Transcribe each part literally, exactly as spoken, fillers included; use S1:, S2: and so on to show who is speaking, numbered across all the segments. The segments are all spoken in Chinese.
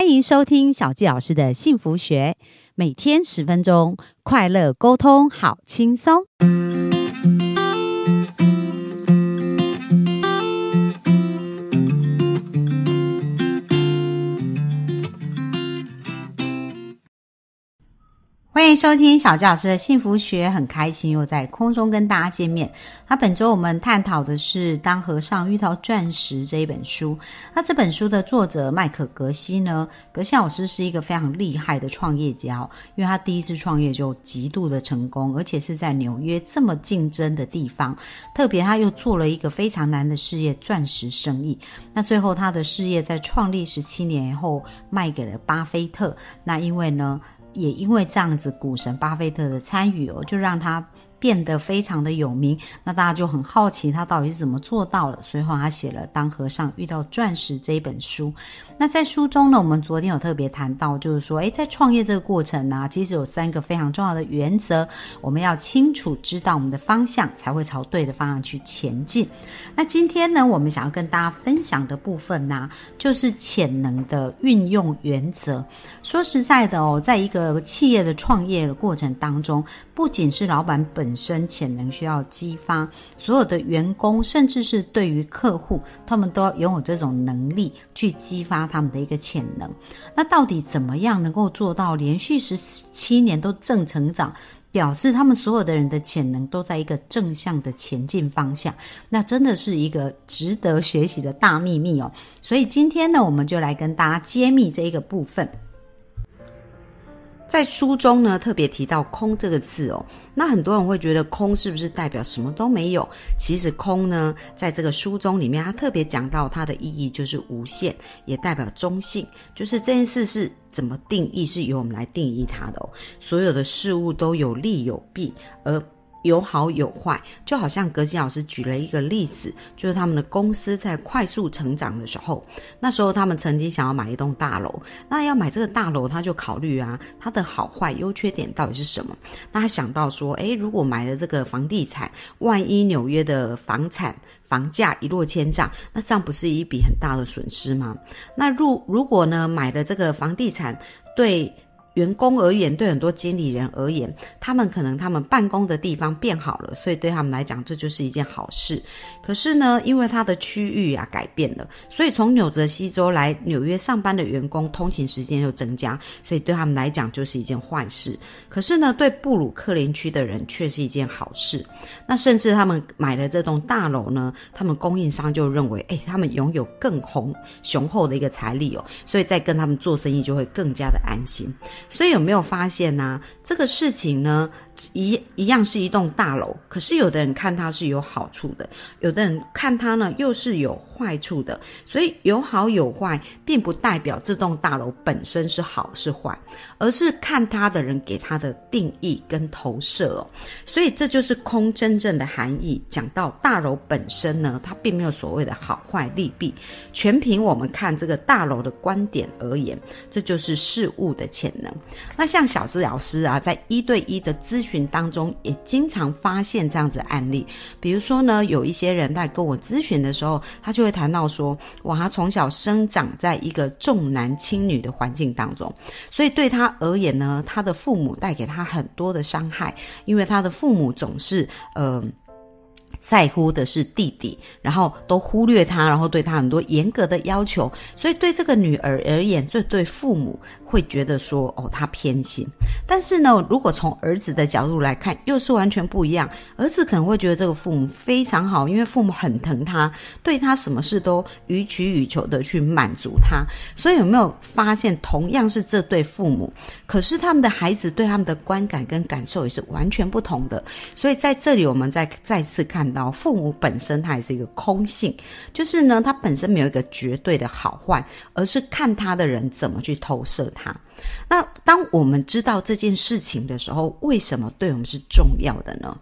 S1: 欢迎收听小纪老师的幸福学，每天十分钟，快乐沟通，好轻松。欢迎收听小纪老师的幸福学，很开心又在空中跟大家见面。那本周我们探讨的是《当和尚遇到钻石》这一本书。那这本书的作者麦可格西呢，格西老师是一个非常厉害的创业家哦，因为他第一次创业就极度的成功，而且是在纽约这么竞争的地方，特别他又做了一个非常难的事业——钻石生意。那最后他的事业在创立十七年后卖给了巴菲特。那因为呢也因为这样子股神巴菲特的参与哦，就让他变得非常的有名。那大家就很好奇他到底是怎么做到的，所以后他写了《当和尚遇到钻石》这一本书。那在书中呢，我们昨天有特别谈到，就是说诶在创业这个过程呢、啊，其实有三个非常重要的原则，我们要清楚知道我们的方向，才会朝对的方向去前进。那今天呢，我们想要跟大家分享的部分呢、啊，就是潜能的运用原则。说实在的哦，在一个企业的创业的过程当中，不仅是老板本身潜能需要激发，所有的员工甚至是对于客户，他们都要拥有这种能力去激发他们的一个潜能。那到底怎么样能够做到连续十七年都正成长，表示他们所有的人的潜能都在一个正向的前进方向，那真的是一个值得学习的大秘密哦。所以今天呢，我们就来跟大家揭秘这一个部分。在书中呢，特别提到空这个字哦，那很多人会觉得空是不是代表什么都没有？其实空呢，在这个书中里面，它特别讲到它的意义就是无限，也代表中性，就是这件事是怎么定义，是由我们来定义它的哦。所有的事物都有利有弊，而有好有坏，就好像格西老师举了一个例子，就是他们的公司在快速成长的时候，那时候他们曾经想要买一栋大楼，那要买这个大楼他就考虑啊，它的好坏优缺点到底是什么。那他想到说，诶，如果买了这个房地产，万一纽约的房产房价一落千丈，那这样不是一笔很大的损失吗？那如如果呢买了这个房地产，对员工而言，对很多经理人而言，他们可能他们办公的地方变好了，所以对他们来讲这就是一件好事。可是呢，因为他的区域啊改变了，所以从纽泽西州来纽约上班的员工通勤时间又增加，所以对他们来讲就是一件坏事。可是呢，对布鲁克林区的人却是一件好事。那甚至他们买了这栋大楼呢，他们供应商就认为诶他们拥有更宏雄厚的一个财力哦，所以在跟他们做生意就会更加的安心。所以有没有发现啊，这个事情呢一一样是一栋大楼，可是有的人看它是有好处的，有的人看它呢又是有坏处的。所以有好有坏并不代表这栋大楼本身是好是坏，而是看它的人给它的定义跟投射哦。所以这就是空真正的含义。讲到大楼本身呢，它并没有所谓的好坏利弊，全凭我们看这个大楼的观点而言，这就是事物的潜能。那像小智老师啊，在一对一的咨询当中也经常发现这样子的案例。比如说呢，有一些人在跟我咨询的时候，他就会谈到说，哇，他从小生长在一个重男轻女的环境当中，所以对他而言呢，他的父母带给他很多的伤害，因为他的父母总是呃在乎的是弟弟，然后都忽略他，然后对他很多严格的要求，所以对这个女儿而言，这对父母会觉得说哦，他偏心。但是呢，如果从儿子的角度来看，又是完全不一样。儿子可能会觉得这个父母非常好，因为父母很疼他，对他什么事都予取予求的去满足他。所以有没有发现，同样是这对父母，可是他们的孩子对他们的观感跟感受也是完全不同的。所以在这里我们再再次看到父母本身它也是一个空性，就是呢它本身没有一个绝对的好坏，而是看他的人怎么去投射它。那当我们知道这件事情的时候，为什么对我们是重要的呢？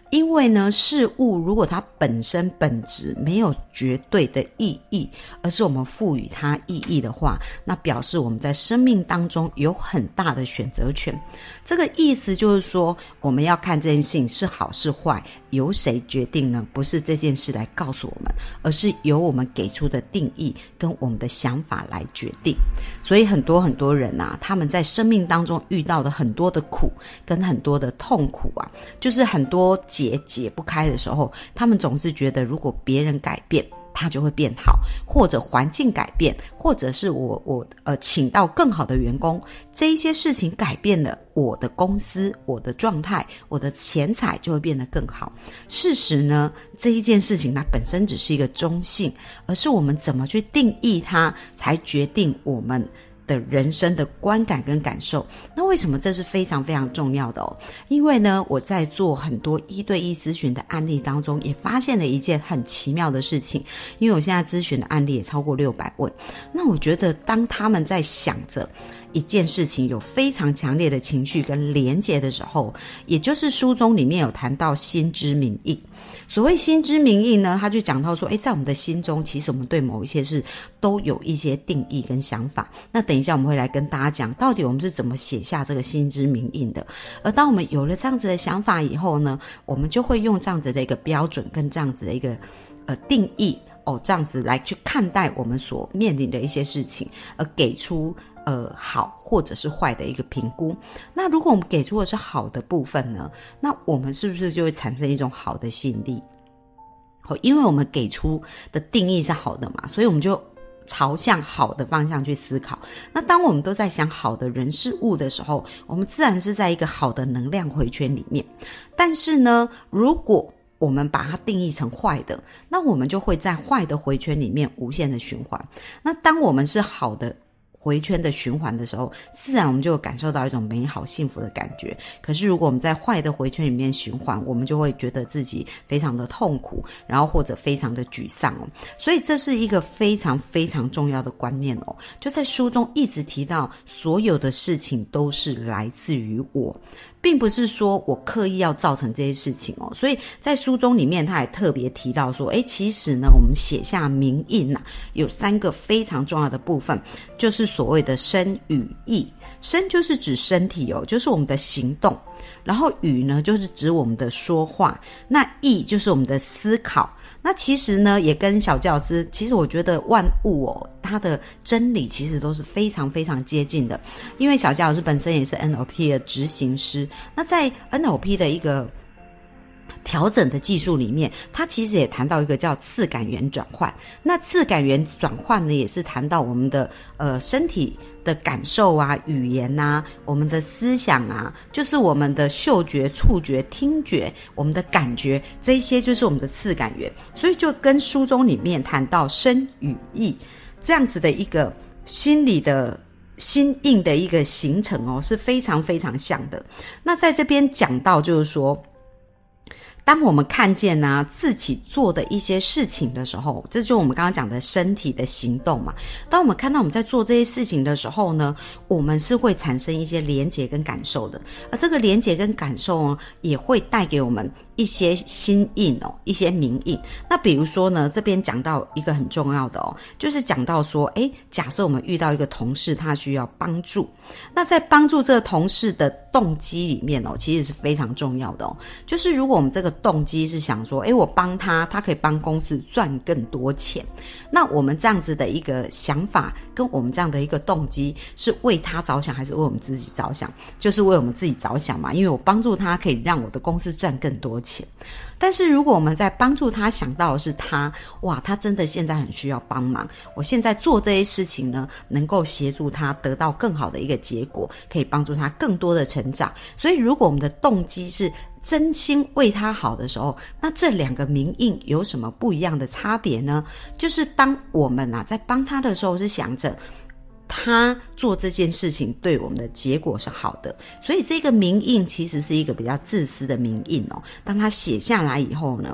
S1: 因为呢，事物如果它本身本质没有绝对的意义，而是我们赋予它意义的话，那表示我们在生命当中有很大的选择权。这个意思就是说，我们要看这件事情是好是坏，由谁决定呢？不是这件事来告诉我们，而是由我们给出的定义跟我们的想法来决定。所以很多很多人啊，他们在生命当中遇到的很多的苦跟很多的痛苦啊，就是很多结解不开的时候，他们总是觉得如果别人改变它就会变好，或者环境改变，或者是我我呃请到更好的员工，这一些事情改变了我的公司，我的状态，我的钱财就会变得更好。事实呢，这一件事情它本身只是一个中性，而是我们怎么去定义它，才决定我们的人生的观感跟感受。那为什么这是非常非常重要的哦？因为呢，我在做很多一对一咨询的案例当中，也发现了一件很奇妙的事情。因为我现在咨询的案例也超过六百位，那我觉得当他们在想着一件事情有非常强烈的情绪跟连结的时候，也就是书中里面有谈到心知明意。所谓心知明意呢，他就讲到说，诶，在我们的心中，其实我们对某一些事都有一些定义跟想法。那等一下我们会来跟大家讲，到底我们是怎么写下这个心知明意的。而当我们有了这样子的想法以后呢，我们就会用这样子的一个标准跟这样子的一个呃定义哦，这样子来去看待我们所面临的一些事情，而给出呃好或者是坏的一个评估。那如果我们给出的是好的部分呢，那我们是不是就会产生一种好的吸引力？哦，因为我们给出的定义是好的嘛，所以我们就朝向好的方向去思考。那当我们都在想好的人事物的时候，我们自然是在一个好的能量回圈里面。但是呢，如果我们把它定义成坏的，那我们就会在坏的回圈里面无限的循环。那当我们是好的回圈的循环的时候，自然我们就有感受到一种美好幸福的感觉。可是如果我们在坏的回圈里面循环，我们就会觉得自己非常的痛苦，然后或者非常的沮丧哦。所以这是一个非常非常重要的观念哦。就在书中一直提到，所有的事情都是来自于我，并不是说我刻意要造成这些事情哦。所以在书中里面他还特别提到说，诶，其实呢，我们写下明印啊，有三个非常重要的部分，就是所谓的身语意。身就是指身体哦，就是我们的行动，然后语呢就是指我们的说话，那意就是我们的思考。那其实呢也跟小教师，其实我觉得万物哦，它的真理其实都是非常非常接近的。因为小教师本身也是 N L P 的执行师，那在 N L P 的一个调整的技术里面，它其实也谈到一个叫次感元转换。那次感元转换呢，也是谈到我们的呃身体的感受啊、语言啊、我们的思想啊，就是我们的嗅觉、触觉、听觉、我们的感觉，这一些就是我们的次感元。所以就跟书中里面谈到身语意这样子的一个心理的心印的一个形成哦，是非常非常像的。那在这边讲到就是说，当我们看见啊自己做的一些事情的时候，这就是我们刚刚讲的身体的行动嘛。当我们看到我们在做这些事情的时候呢，我们是会产生一些连结跟感受的，而这个连结跟感受呢，也会带给我们一些心印哦，一些明印。那比如说呢，这边讲到一个很重要的哦，就是讲到说，诶，假设我们遇到一个同事，他需要帮助，那在帮助这个同事的动机里面哦，其实是非常重要的哦。就是如果我们这个动机是想说，诶，我帮他，他可以帮公司赚更多钱，那我们这样子的一个想法跟我们这样的一个动机是为他着想还是为我们自己着想？就是为我们自己着想嘛，因为我帮助他可以让我的公司赚更多钱。但是如果我们在帮助他想到的是他，哇，他真的现在很需要帮忙，我现在做这些事情呢，能够协助他得到更好的一个结果，可以帮助他更多的成长。所以如果我们的动机是真心为他好的时候，那这两个明印有什么不一样的差别呢？就是当我们啊在帮他的时候是想着他做这件事情对我们的结果是好的，所以这个明印其实是一个比较自私的明印哦。当他写下来以后呢，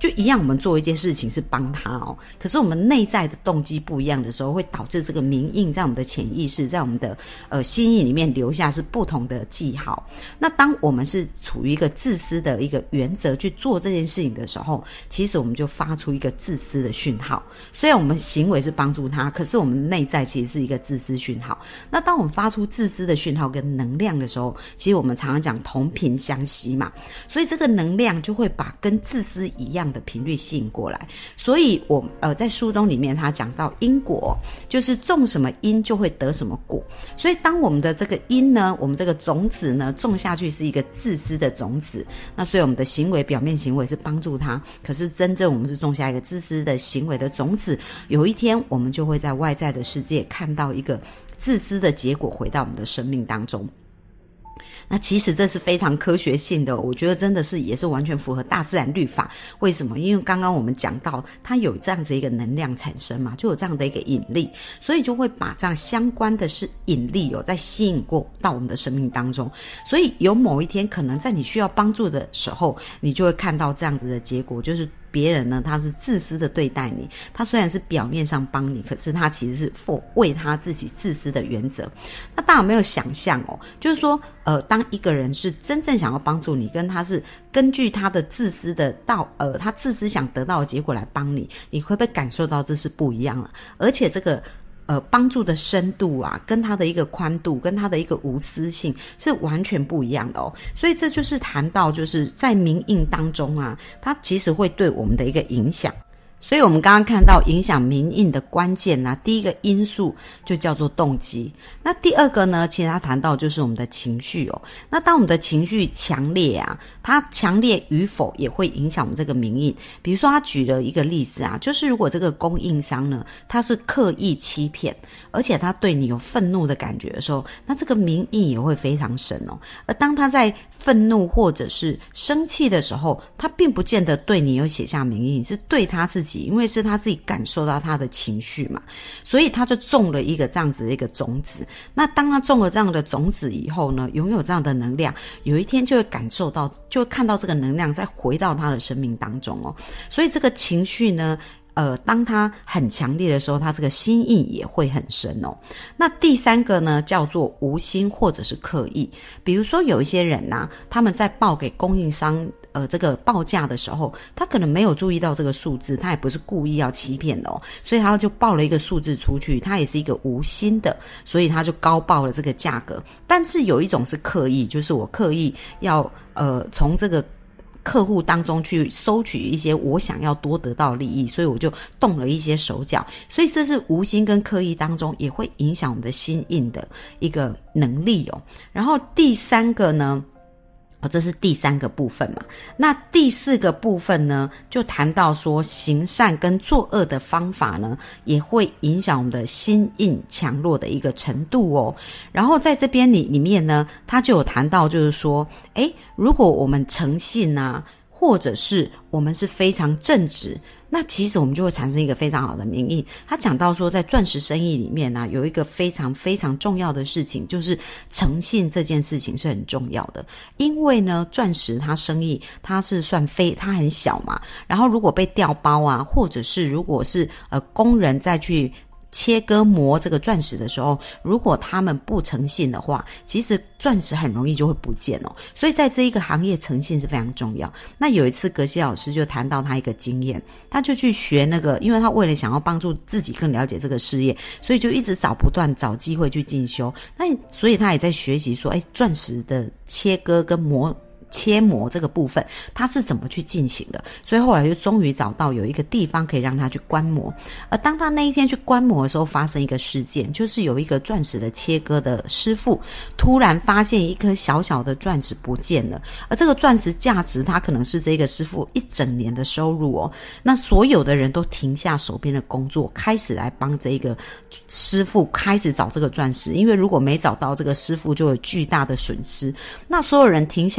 S1: 就一样我们做一件事情是帮他哦，可是我们内在的动机不一样的时候，会导致这个铭印在我们的潜意识，在我们的呃心意里面留下是不同的记号。那当我们是处于一个自私的一个原则去做这件事情的时候，其实我们就发出一个自私的讯号。虽然我们行为是帮助他，可是我们内在其实是一个自私讯号。那当我们发出自私的讯号跟能量的时候，其实我们常常讲同频相吸嘛，所以这个能量就会把跟自私一样的频率吸引过来。所以我呃在书中里面他讲到因果，就是种什么因就会得什么果。所以当我们的这个因呢，我们这个种子呢种下去是一个自私的种子，那所以我们的行为表面行为是帮助他，可是真正我们是种下一个自私的行为的种子，有一天我们就会在外在的世界看到一个自私的结果回到我们的生命当中。那其实这是非常科学性的，我觉得真的是也是完全符合大自然律法。为什么？因为刚刚我们讲到它有这样子一个能量产生嘛，就有这样的一个引力，所以就会把这样相关的是引力有、哦、在吸引过到我们的生命当中。所以有某一天可能在你需要帮助的时候，你就会看到这样子的结果，就是别人呢他是自私的对待你，他虽然是表面上帮你，可是他其实是为他自己自私的原则。那大家有没有想象哦，就是说呃，当一个人是真正想要帮助你，跟他是根据他的自私的到呃，他自私想得到的结果来帮你，你会不会感受到这是不一样了？而且这个呃，帮助的深度啊，跟他的一个宽度，跟他的一个无私性是完全不一样的哦。所以这就是谈到，就是在铭印当中啊，它其实会对我们的一个影响。所以我们刚刚看到影响铭印的关键啊，第一个因素就叫做动机。那第二个呢，其实他谈到就是我们的情绪哦。那当我们的情绪强烈啊，它强烈与否也会影响我们这个铭印。比如说他举了一个例子啊，就是如果这个供应商呢，他是刻意欺骗，而且他对你有愤怒的感觉的时候，那这个铭印也会非常深哦。而当他在愤怒或者是生气的时候，他并不见得对你有写下铭印，是对他自己，因为是他自己感受到他的情绪嘛，所以他就种了一个这样子的一个种子。那当他种了这样的种子以后呢，拥有这样的能量，有一天就会感受到，就会看到这个能量再回到他的生命当中哦。所以这个情绪呢，呃，当它很强烈的时候，它这个心印也会很深哦。那第三个呢，叫做无心或者是刻意。比如说有一些人啊，他们在报给供应商呃这个报价的时候，他可能没有注意到这个数字，他也不是故意要欺骗的哦，所以他就报了一个数字出去，他也是一个无心的，所以他就高报了这个价格。但是有一种是刻意，就是我刻意要呃从这个客户当中去收取一些我想要多得到利益，所以我就动了一些手脚。所以这是无心跟刻意当中也会影响我们的心印的一个能力哦。然后第三个呢，哦，这是第三个部分嘛。那第四个部分呢，就谈到说行善跟作恶的方法呢，也会影响我们的心印强弱的一个程度哦。然后在这边里里面呢，他就有谈到就是说，诶，如果我们诚信啊，或者是我们是非常正直，那其实我们就会产生一个非常好的名义。他讲到说，在钻石生意里面呢、啊，有一个非常非常重要的事情，就是诚信这件事情是很重要的。因为呢，钻石它生意它是算非它很小嘛，然后如果被调包啊，或者是如果是呃工人再去切割磨这个钻石的时候，如果他们不诚信的话，其实钻石很容易就会不见哦。所以在这一个行业，诚信是非常重要。那有一次格西老师就谈到他一个经验，他就去学那个，因为他为了想要帮助自己更了解这个事业，所以就一直找不断找机会去进修。那所以他也在学习说，哎，钻石的切割跟磨切磨这个部分它是怎么去进行的，所以后来就终于找到有一个地方可以让他去观摩。而当他那一天去观摩的时候，发生一个事件，就是有一个钻石的切割的师傅突然发现一颗小小的钻石不见了，而这个钻石价值它可能是这个师傅一整年的收入哦。那所有的人都停下手边的工作，开始来帮这个师傅开始找这个钻石，因为如果没找到，这个师傅就有巨大的损失。那所有人停下来都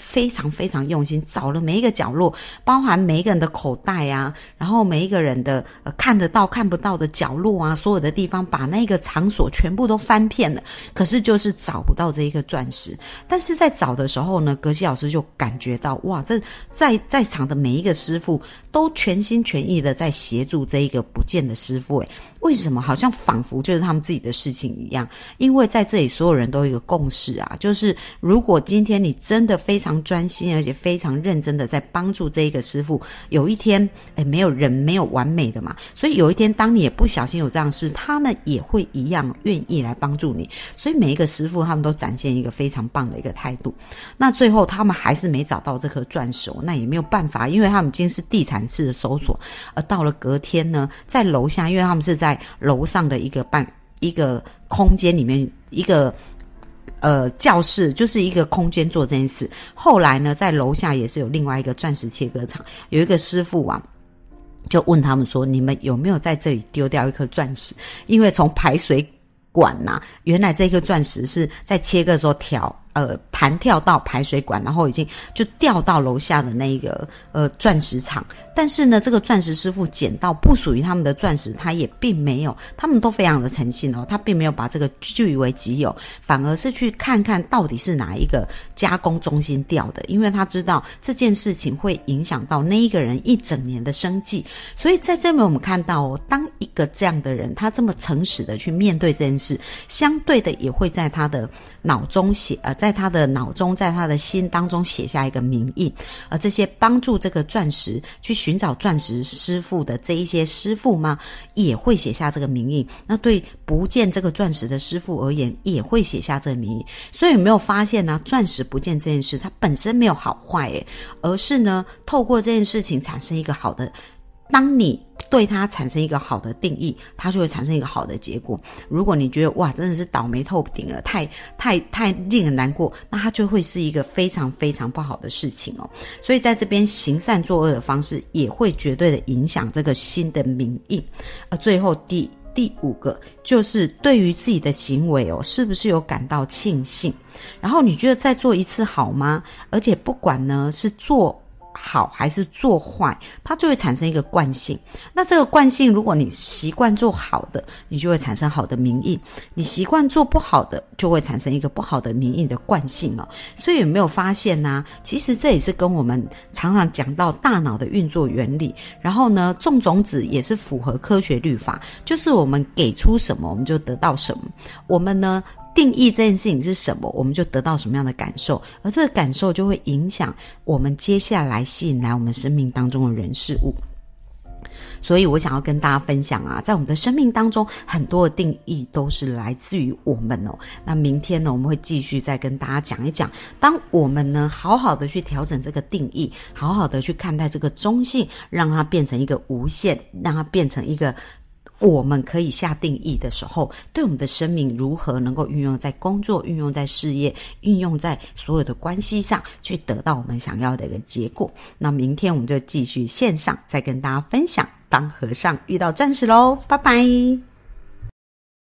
S1: 非常非常用心，找了每一个角落，包含每一个人的口袋啊，然后每一个人的、呃、看得到看不到的角落啊，所有的地方把那个场所全部都翻遍了，可是就是找不到这一个钻石。但是在找的时候呢，格西老师就感觉到，哇，这在在场的每一个师傅都全心全意的在协助这一个不见的师傅。诶，为什么？好像仿佛就是他们自己的事情一样。因为在这里所有人都有一个共识啊，就是如果今天你真的非常专心而且非常认真的在帮助这一个师傅，有一天诶，没有人没有完美的嘛，所以有一天当你也不小心有这样的事，他们也会一样愿意来帮助你。所以每一个师傅他们都展现一个非常棒的一个态度。那最后他们还是没找到这颗钻石，那也没有办法，因为他们已经是地毯式的搜索。而到了隔天呢，在楼下，因为他们是在楼上的一个办一个空间里面，一个呃教室，就是一个空间做这件事。后来呢，在楼下也是有另外一个钻石切割厂，有一个师傅啊，就问他们说，你们有没有在这里丢掉一颗钻石？因为从排水管啊，原来这颗钻石是在切割的时候调呃弹跳到排水管，然后已经就掉到楼下的那个呃钻石厂。但是呢，这个钻石师傅捡到不属于他们的钻石，他也并没有，他们都非常的诚信哦，他并没有把这个据为己有，反而是去看看到底是哪一个加工中心掉的，因为他知道这件事情会影响到那一个人一整年的生计。所以在这边我们看到哦，当一个这样的人，他这么诚实的去面对这件事，相对的也会在他的脑中写呃，在他的脑中，在他的心当中写下一个铭印。而这些帮助这个钻石去寻找钻石师傅的这一些师傅吗，也会写下这个铭印。那对不见这个钻石的师傅而言，也会写下这个铭印。所以有没有发现呢、啊？钻石不见这件事，它本身没有好坏诶，而是呢，透过这件事情产生一个好的。当你对它产生一个好的定义，它就会产生一个好的结果。如果你觉得哇，真的是倒霉透顶了，太太太令人难过，那它就会是一个非常非常不好的事情哦。所以在这边行善作恶的方式，也会绝对的影响这个心的铭印。而最后第第五个就是对于自己的行为哦，是不是有感到庆幸？然后你觉得再做一次好吗？而且不管呢是做好还是做坏，它就会产生一个惯性。那这个惯性，如果你习惯做好的，你就会产生好的铭印；你习惯做不好的，就会产生一个不好的铭印的惯性哦。所以有没有发现呢、啊？其实这也是跟我们常常讲到大脑的运作原理。然后呢，种种子也是符合科学律法，就是我们给出什么，我们就得到什么。我们呢？定义这件事情是什么，我们就得到什么样的感受，而这个感受就会影响我们接下来吸引来我们生命当中的人事物。所以我想要跟大家分享啊，在我们的生命当中，很多的定义都是来自于我们哦。那明天呢，我们会继续再跟大家讲一讲，当我们呢好好的去调整这个定义，好好的去看待这个中性，让它变成一个无限，让它变成一个我们可以下定义的时候，对我们的生命如何能够运用在工作，运用在事业，运用在所有的关系上，去得到我们想要的一个结果。那明天我们就继续线上再跟大家分享，当和尚遇到钻石咯，拜拜。